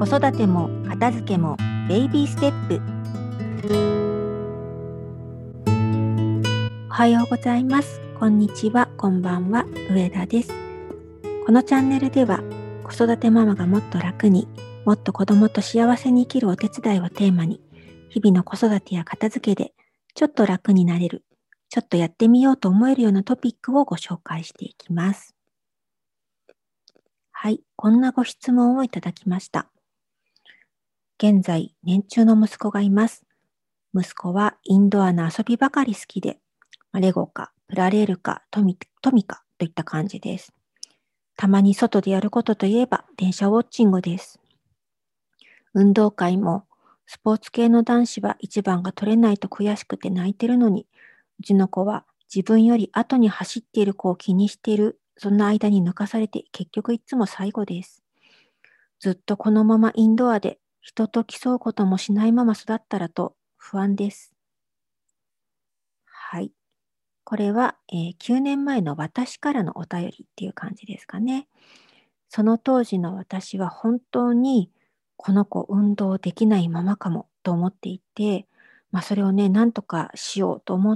子育ても片付けもベイビーステップ。おはようございます。こんにちは、こんばんは、上田です。このチャンネルでは子育てママがもっと楽に、もっと子供と幸せに生きるお手伝いをテーマに、日々の子育てや片付けでちょっと楽になれる、ちょっとやってみようと思えるようなトピックをご紹介していきます。はい、こんなご質問をいただきました。現在、年中の息子がいます。息子はインドアな遊びばかり好きで、レゴかプラレールかトミカといった感じです。たまに外でやることといえば電車ウォッチングです。運動会もスポーツ系の男子は一番が取れないと悔しくて泣いてるのに、うちの子は自分より後に走っている子を気にしている、そんな間に抜かされて結局いつも最後です。ずっとこのままインドアで人と競うこともしないまま育ったらと不安です。はい。これは、9年前の私からのお便りっていう感じですかね。その当時の私は本当にこの子運動できないままかもと思っていて、それをね、なんとかしようと思って、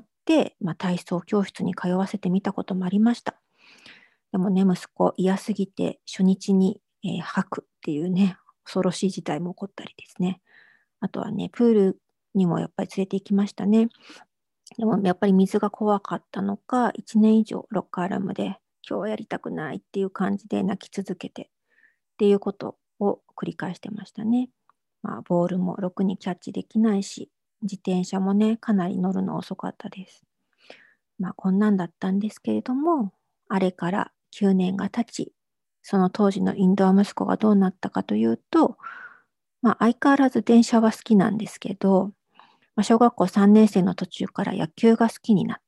体操教室に通わせてみたこともありました。でもね、息子嫌すぎて初日に、吐くっていうね、恐ろしい事態も起こったりですね。あとはね、プールにもやっぱり連れて行きましたね。でもやっぱり水が怖かったのか、1年以上ロッカールームで、今日はやりたくないっていう感じで泣き続けてっていうことを繰り返してましたね。ボールもろくにキャッチできないし、自転車もね、かなり乗るの遅かったです。こんなんだったんですけれども、あれから9年が経ち、その当時のインドア息子がどうなったかというと、相変わらず電車は好きなんですけど、小学校3年生の途中から野球が好きになって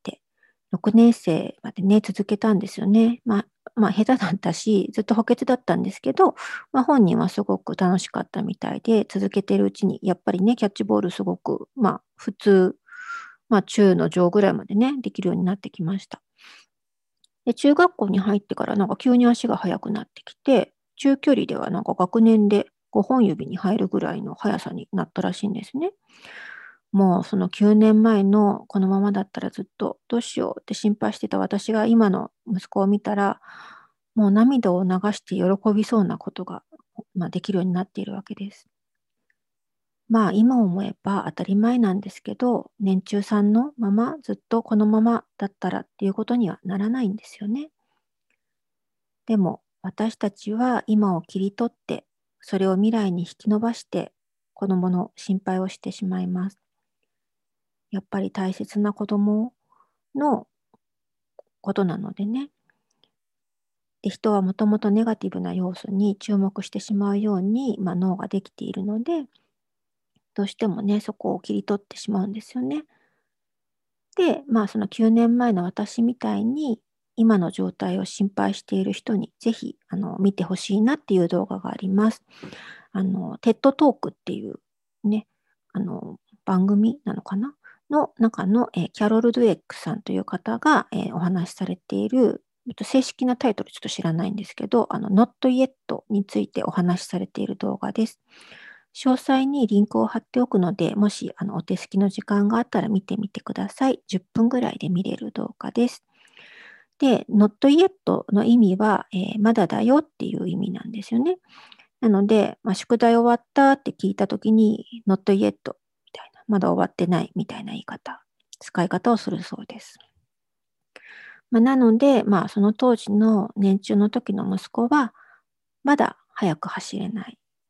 、6年生までね、続けたんですよね。下手だったし、ずっと補欠だったんですけど、本人はすごく楽しかったみたいで、続けてるうちに、やっぱりね、キャッチボールすごく、普通、中の上ぐらいまでね、できるようになってきました。で、中学校に入ってからなんか急に足が速くなってきて、中距離ではなんか学年で5本指に入るぐらいの速さになったらしいんですね。もうその9年前のこのままだったらずっとどうしようって心配してた私が今の息子を見たら、もう涙を流して喜びそうなことが、できるようになっているわけです。今思えば当たり前なんですけど、年中さんのままずっとこのままだったらっていうことにはならないんですよね。でも私たちは今を切り取って、それを未来に引き伸ばして子供の心配をしてしまいます。やっぱり大切な子供のことなのでね。で、人はもともとネガティブな要素に注目してしまうように、脳ができているので、どうしてもね、そこを切り取ってしまうんですよね。で、その9年前の私みたいに、今の状態を心配している人に、ぜひ、見てほしいなっていう動画があります。テッドトークっていうね、番組なのかなの中の、キャロル・ドゥエックさんという方が、お話しされている、正式なタイトルちょっと知らないんですけど、Not Yet についてお話しされている動画です。詳細にリンクを貼っておくので、もしお手すきの時間があったら見てみてください。10分ぐらいで見れる動画です。で、not yet の意味は、まだだよっていう意味なんですよね。なので、宿題終わったって聞いたときに、not yet みたいな、まだ終わってないみたいな言い方、使い方をするそうです。なので、その当時の年中の時の息子は、まだ早く走れない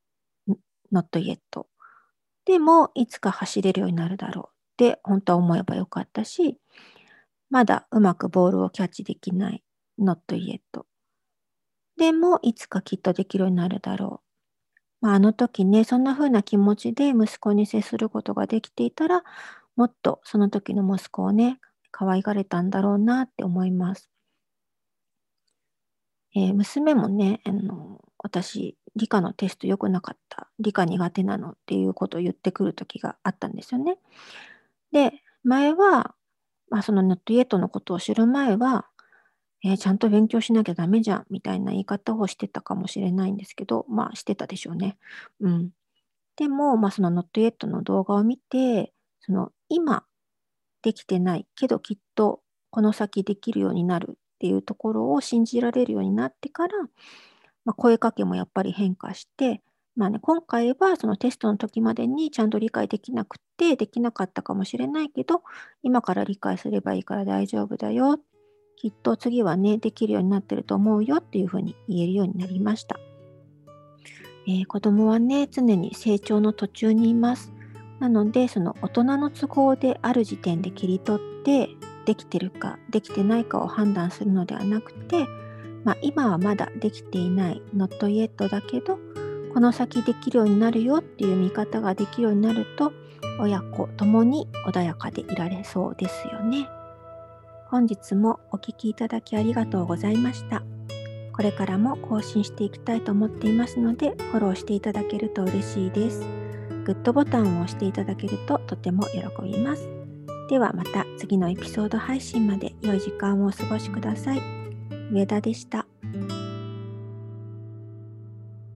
。not yet。でも、いつか走れるようになるだろうって本当は思えばよかったし、まだうまくボールをキャッチできない。not yet。でも、いつかきっとできるようになるだろう。あの時ね、そんな風な気持ちで息子に接することができていたら、もっとその時の息子をね、可愛がれたんだろうなって思います。娘もね、私、理科のテスト良くなかった。理科苦手なのっていうことを言ってくる時があったんですよね。で、前は、そのノットイエットのことを知る前は、 ちゃんと勉強しなきゃダメじゃんみたいな言い方をしてたかもしれないんですけど、してたでしょうね。うん。でも、その Not Yet の動画を見て、今できてないけどきっとこの先できるようになるっていうところを信じられるようになってから、声かけもやっぱり変化して、今回はそのテストの時までにちゃんと理解できなくて、できなかったかもしれないけど、今から理解すればいいから大丈夫だよ。きっと次はね、できるようになってると思うよっていうふうに言えるようになりました。子供はね、常に成長の途中にいます。なので、その大人の都合である時点で切り取って、できてるかできてないかを判断するのではなくて、今はまだできていない Not yet だけど、この先できるようになるよっていう見方ができるようになると、親子ともに穏やかでいられそうですよね。本日もお聞きいただきありがとうございました。これからも更新していきたいと思っていますので、フォローしていただけると嬉しいです。グッドボタンを押していただけるととても喜びます。ではまた次のエピソード配信まで良い時間をお過ごしください。上田でした。